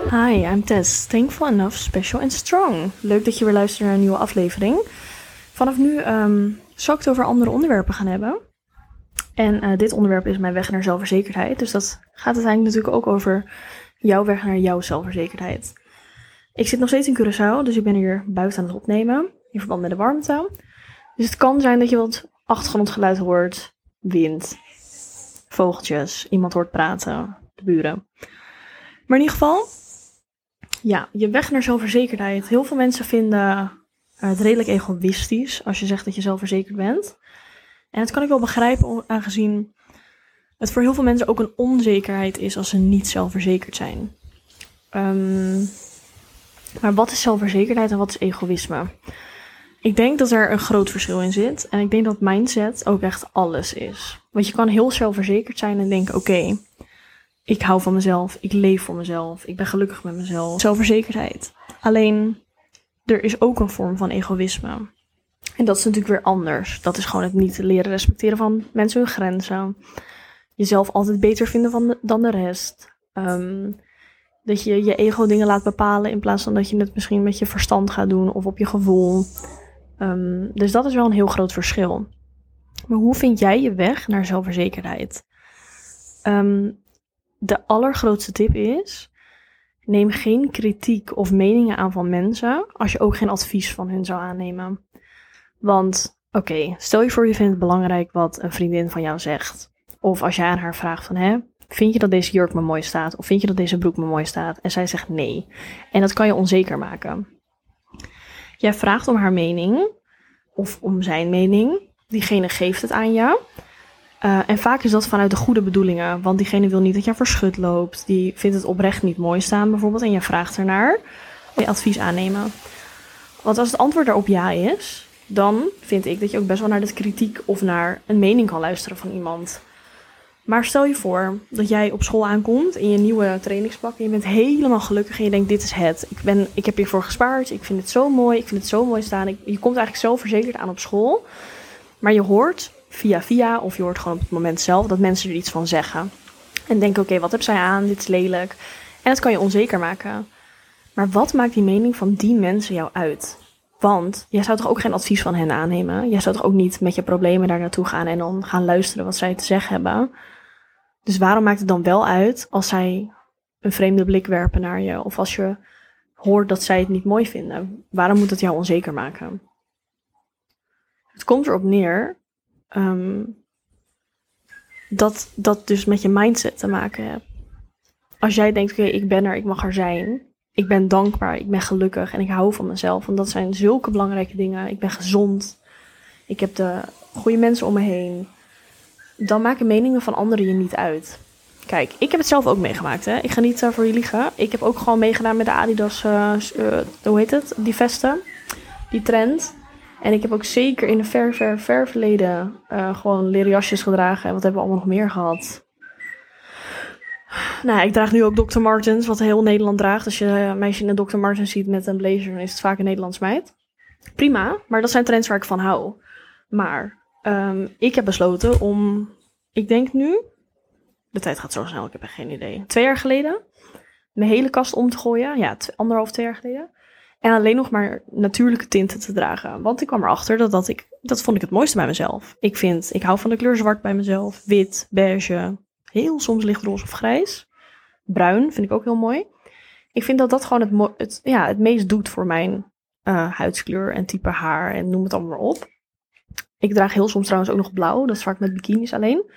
Hi, I'm Tess. Thankful enough, special and strong. Leuk dat je weer luistert naar een nieuwe aflevering. Vanaf nu zal ik het over andere onderwerpen gaan hebben. En dit onderwerp is mijn weg naar zelfverzekerdheid. Dus dat gaat uiteindelijk natuurlijk ook over jouw weg naar jouw zelfverzekerdheid. Ik zit nog steeds in Curaçao, dus ik ben hier buiten aan het opnemen. In verband met de warmte. Dus het kan zijn dat je wat achtergrondgeluid hoort. Wind, vogeltjes, iemand hoort praten, de buren. Maar in ieder geval, ja, je weg naar zelfverzekerdheid. Heel veel mensen vinden het redelijk egoïstisch als je zegt dat je zelfverzekerd bent. En dat kan ik wel begrijpen, aangezien het voor heel veel mensen ook een onzekerheid is als ze niet zelfverzekerd zijn. Maar wat is zelfverzekerdheid en wat is egoïsme? Ik denk dat er een groot verschil in zit. En ik denk dat mindset ook echt alles is. Want je kan heel zelfverzekerd zijn en denken, oké, ik hou van mezelf, ik leef voor mezelf, ik ben gelukkig met mezelf. Zelfverzekerdheid. Alleen, er is ook een vorm van egoïsme. En dat is natuurlijk weer anders. Dat is gewoon het niet leren respecteren van mensen hun grenzen. Jezelf altijd beter vinden dan de rest. Dat je je ego dingen laat bepalen in plaats van dat je het misschien met je verstand gaat doen of op je gevoel. Dus dat is wel een heel groot verschil. Maar hoe vind jij je weg naar zelfverzekerdheid? De allergrootste tip is, neem geen kritiek of meningen aan van mensen als je ook geen advies van hun zou aannemen. Want, oké, stel je voor je vindt het belangrijk wat een vriendin van jou zegt. Of als jij aan haar vraagt van, vind je dat deze jurk me mooi staat? Of vind je dat deze broek me mooi staat? En zij zegt nee. En dat kan je onzeker maken. Jij vraagt om haar mening, of om zijn mening. Diegene geeft het aan jou. En vaak is dat vanuit de goede bedoelingen. Want diegene wil niet dat je verschut loopt. Die vindt het oprecht niet mooi staan bijvoorbeeld. En je vraagt ernaar. Wil je advies aannemen? Want als het antwoord daarop ja is, dan vind ik dat je ook best wel naar de kritiek of naar een mening kan luisteren van iemand. Maar stel je voor dat jij op school aankomt in je nieuwe trainingspak en je bent helemaal gelukkig en je denkt, dit is het. Ik heb hiervoor gespaard, ik vind het zo mooi, ik vind het zo mooi staan. Je komt eigenlijk zo verzekerd aan op school. Maar je hoort via of je hoort gewoon op het moment zelf dat mensen er iets van zeggen. En denken, oké, wat heb zij aan? Dit is lelijk. En dat kan je onzeker maken. Maar wat maakt die mening van die mensen jou uit? Want jij zou toch ook geen advies van hen aannemen? Jij zou toch ook niet met je problemen daar naartoe gaan en dan gaan luisteren wat zij te zeggen hebben? Dus waarom maakt het dan wel uit als zij een vreemde blik werpen naar je? Of als je hoort dat zij het niet mooi vinden? Waarom moet het jou onzeker maken? Het komt erop neer dat dus met je mindset te maken hebt. Als jij denkt, oké, ik ben er, ik mag er zijn. Ik ben dankbaar, ik ben gelukkig en ik hou van mezelf. Want dat zijn zulke belangrijke dingen. Ik ben gezond. Ik heb de goede mensen om me heen. Dan maken meningen van anderen je niet uit. Kijk, ik heb het zelf ook meegemaakt. Hè? Ik ga niet voor je liegen. Ik heb ook gewoon meegedaan met de Adidas, hoe heet het? Die vesten. Die trend. En ik heb ook zeker in een ver verleden gewoon leren jasjes gedragen. En wat hebben we allemaal nog meer gehad? Nou, ik draag nu ook Dr. Martens, wat heel Nederland draagt. Als je een meisje in een Dr. Martens ziet met een blazer, dan is het vaak een Nederlands meid. Prima, maar dat zijn trends waar ik van hou. Maar ik heb besloten om, ik denk nu, de tijd gaat zo snel, ik heb echt geen idee. 2 jaar geleden, mijn hele kast om te gooien. Ja, 1,5, 2 jaar geleden. En alleen nog maar natuurlijke tinten te dragen. Want ik kwam erachter dat vond ik het mooiste bij mezelf. Ik hou van de kleur zwart bij mezelf. Wit, beige, heel soms lichtroze of grijs. Bruin vind ik ook heel mooi. Ik vind dat gewoon het meest doet voor mijn huidskleur en type haar en noem het allemaal maar op. Ik draag heel soms trouwens ook nog blauw. Dat is vaak met bikinis alleen.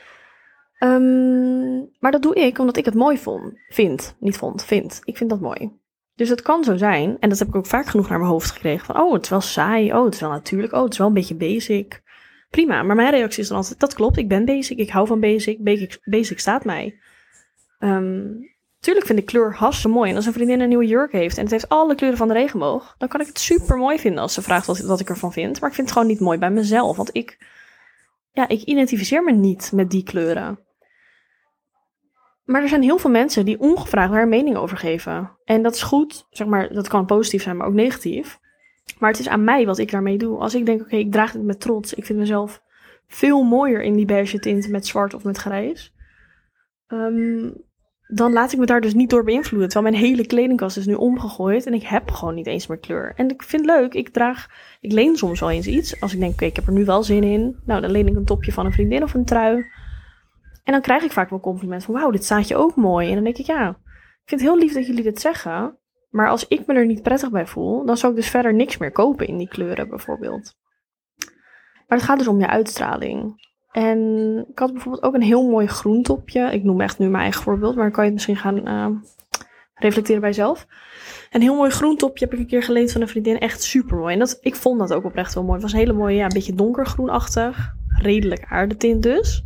Maar dat doe ik omdat ik het mooi vind. Ik vind dat mooi. Dus het kan zo zijn, en dat heb ik ook vaak genoeg naar mijn hoofd gekregen, van het is wel saai, het is wel natuurlijk, het is wel een beetje basic. Prima, maar mijn reactie is dan altijd, dat klopt, ik ben basic, ik hou van basic, basic staat mij. Tuurlijk vind ik kleur hartstikke mooi. En als een vriendin een nieuwe jurk heeft en het heeft alle kleuren van de regenboog, dan kan ik het super mooi vinden als ze vraagt wat ik ervan vind. Maar ik vind het gewoon niet mooi bij mezelf, want ik identificeer me niet met die kleuren. Maar er zijn heel veel mensen die ongevraagd daar een mening over geven. En dat is goed, zeg maar, dat kan positief zijn, maar ook negatief. Maar het is aan mij wat ik daarmee doe. Als ik denk, oké, ik draag dit met trots. Ik vind mezelf veel mooier in die beige tint met zwart of met grijs. dan laat ik me daar dus niet door beïnvloeden. Terwijl mijn hele kledingkast is nu omgegooid en ik heb gewoon niet eens meer kleur. En ik vind het leuk, ik leen soms wel eens iets. Als ik denk, oké, ik heb er nu wel zin in. Nou, dan leen ik een topje van een vriendin of een trui. En dan krijg ik vaak wel een compliment van, wauw, dit staat je ook mooi. En dan denk ik, ja, ik vind het heel lief dat jullie dit zeggen. Maar als ik me er niet prettig bij voel, dan zou ik dus verder niks meer kopen in die kleuren bijvoorbeeld. Maar het gaat dus om je uitstraling. En ik had bijvoorbeeld ook een heel mooi groen topje. Ik noem echt nu mijn eigen voorbeeld, maar dan kan je het misschien gaan reflecteren bij jezelf. Een heel mooi groen topje heb ik een keer geleend van een vriendin. Echt super mooi. En ik vond dat ook oprecht wel mooi. Het was een hele mooie, ja, een beetje donkergroenachtig. Redelijk aardetint dus.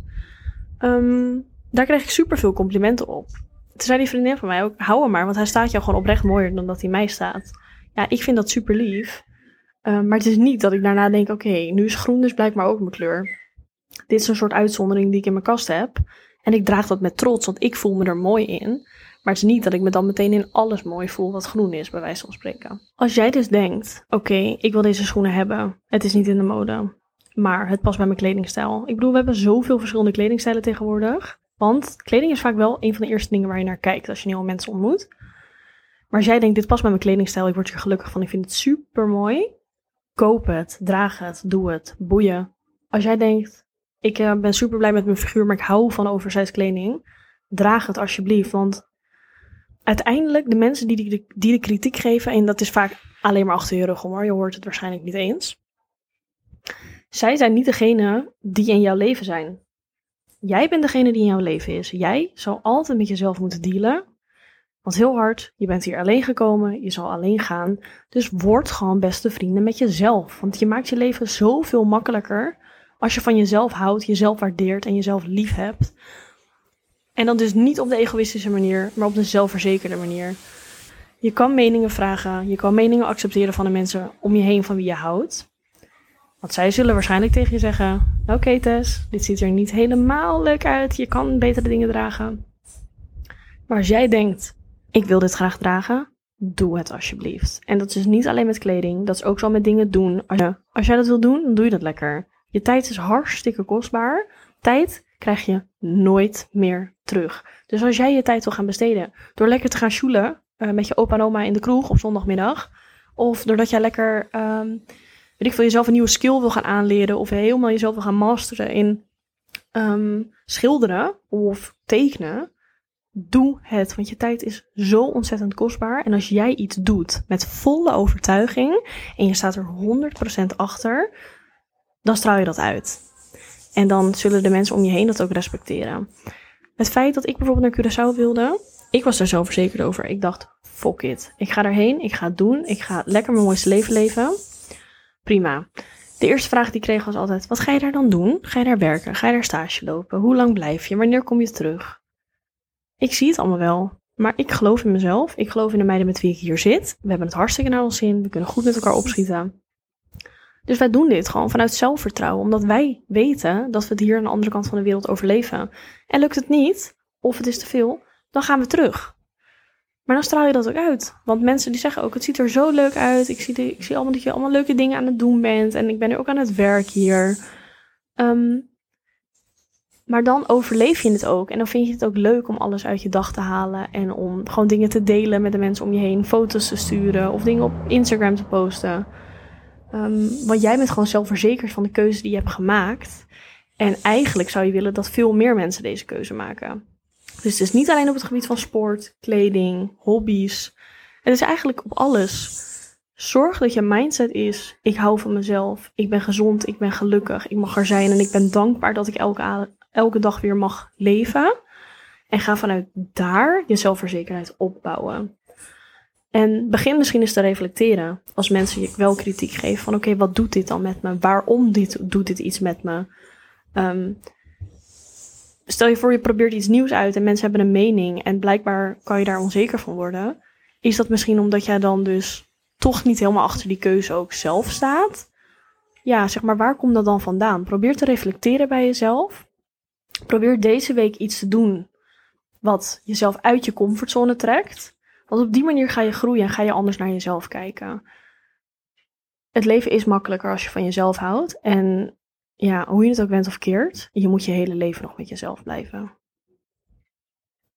Daar kreeg ik super veel complimenten op. Toen zei die vriendin van mij ook, hou hem maar, want hij staat jou gewoon oprecht mooier dan dat hij mij staat. Ja, ik vind dat super lief. Maar het is niet dat ik daarna denk, oké, nu is groen dus blijkbaar ook mijn kleur. Dit is een soort uitzondering die ik in mijn kast heb. En ik draag dat met trots, want ik voel me er mooi in. Maar het is niet dat ik me dan meteen in alles mooi voel wat groen is, bij wijze van spreken. Als jij dus denkt, oké, ik wil deze schoenen hebben. Het is niet in de mode, maar het past bij mijn kledingstijl. Ik bedoel, we hebben zoveel verschillende kledingstijlen tegenwoordig. Want kleding is vaak wel een van de eerste dingen waar je naar kijkt als je nieuwe mensen ontmoet. Maar als jij denkt, dit past bij mijn kledingstijl, ik word hier gelukkig van, ik vind het super mooi. Koop het, draag het, doe het, boeien. Als jij denkt, ik ben super blij met mijn figuur, maar ik hou van oversized kleding. Draag het alsjeblieft, want uiteindelijk de mensen die de kritiek geven, en dat is vaak alleen maar achter je rug om, hoor, je hoort het waarschijnlijk niet eens. Zij zijn niet degene die in jouw leven zijn. Jij bent degene die in jouw leven is. Jij zal altijd met jezelf moeten dealen. Want heel hard, je bent hier alleen gekomen, je zal alleen gaan. Dus word gewoon beste vrienden met jezelf. Want je maakt je leven zoveel makkelijker als je van jezelf houdt, jezelf waardeert en jezelf lief hebt. En dan dus niet op de egoïstische manier, maar op de zelfverzekerde manier. Je kan meningen vragen, je kan meningen accepteren van de mensen om je heen van wie je houdt. Want zij zullen waarschijnlijk tegen je zeggen, oké Tess, dit ziet er niet helemaal leuk uit, je kan betere dingen dragen. Maar als jij denkt, ik wil dit graag dragen, doe het alsjeblieft. En dat is niet alleen met kleding, dat is ook zo met dingen doen. Als jij dat wil doen, dan doe je dat lekker. Je tijd is hartstikke kostbaar. Tijd krijg je nooit meer terug. Dus als jij je tijd wil gaan besteden door lekker te gaan sjoelen met je opa en oma in de kroeg op zondagmiddag, of doordat jij lekker, weet ik veel, jezelf een nieuwe skill wil gaan aanleren, of helemaal jezelf wil gaan masteren in schilderen of tekenen, doe het, want je tijd is zo ontzettend kostbaar. En als jij iets doet met volle overtuiging en je staat er 100% achter, dan straal je dat uit. En dan zullen de mensen om je heen dat ook respecteren. Het feit dat ik bijvoorbeeld naar Curaçao wilde, ik was daar zelfverzekerd over. Ik dacht, fuck it. Ik ga daarheen, ik ga het doen, ik ga lekker mijn mooiste leven leven. Prima. De eerste vraag die ik kreeg was altijd, wat ga je daar dan doen? Ga je daar werken? Ga je daar stage lopen? Hoe lang blijf je? Wanneer kom je terug? Ik zie het allemaal wel, maar ik geloof in mezelf. Ik geloof in de meiden met wie ik hier zit. We hebben het hartstikke naar ons zin. We kunnen goed met elkaar opschieten. Dus wij doen dit gewoon vanuit zelfvertrouwen, omdat wij weten dat we het hier aan de andere kant van de wereld overleven. En lukt het niet, of het is te veel, dan gaan we terug. Maar dan straal je dat ook uit. Want mensen die zeggen ook, het ziet er zo leuk uit. Ik zie allemaal dat je allemaal leuke dingen aan het doen bent. En ik ben nu ook aan het werk hier. Maar dan overleef je het ook. En dan vind je het ook leuk om alles uit je dag te halen. En om gewoon dingen te delen met de mensen om je heen. Foto's te sturen of dingen op Instagram te posten. Want jij bent gewoon zelfverzekerd van de keuze die je hebt gemaakt. En eigenlijk zou je willen dat veel meer mensen deze keuze maken. Dus het is niet alleen op het gebied van sport, kleding, hobby's. Het is eigenlijk op alles. Zorg dat je mindset is, ik hou van mezelf, ik ben gezond, ik ben gelukkig, ik mag er zijn en ik ben dankbaar dat ik elke dag weer mag leven. En ga vanuit daar je zelfverzekerheid opbouwen. En begin misschien eens te reflecteren als mensen je wel kritiek geven van oké, wat doet dit dan met me? Waarom doet dit iets met me? Stel je voor je probeert iets nieuws uit en mensen hebben een mening en blijkbaar kan je daar onzeker van worden. Is dat misschien omdat jij dan dus toch niet helemaal achter die keuze ook zelf staat? Ja, zeg maar, waar komt dat dan vandaan? Probeer te reflecteren bij jezelf. Probeer deze week iets te doen wat jezelf uit je comfortzone trekt. Want op die manier ga je groeien en ga je anders naar jezelf kijken. Het leven is makkelijker als je van jezelf houdt. En ja, hoe je het ook bent of keert, je moet je hele leven nog met jezelf blijven.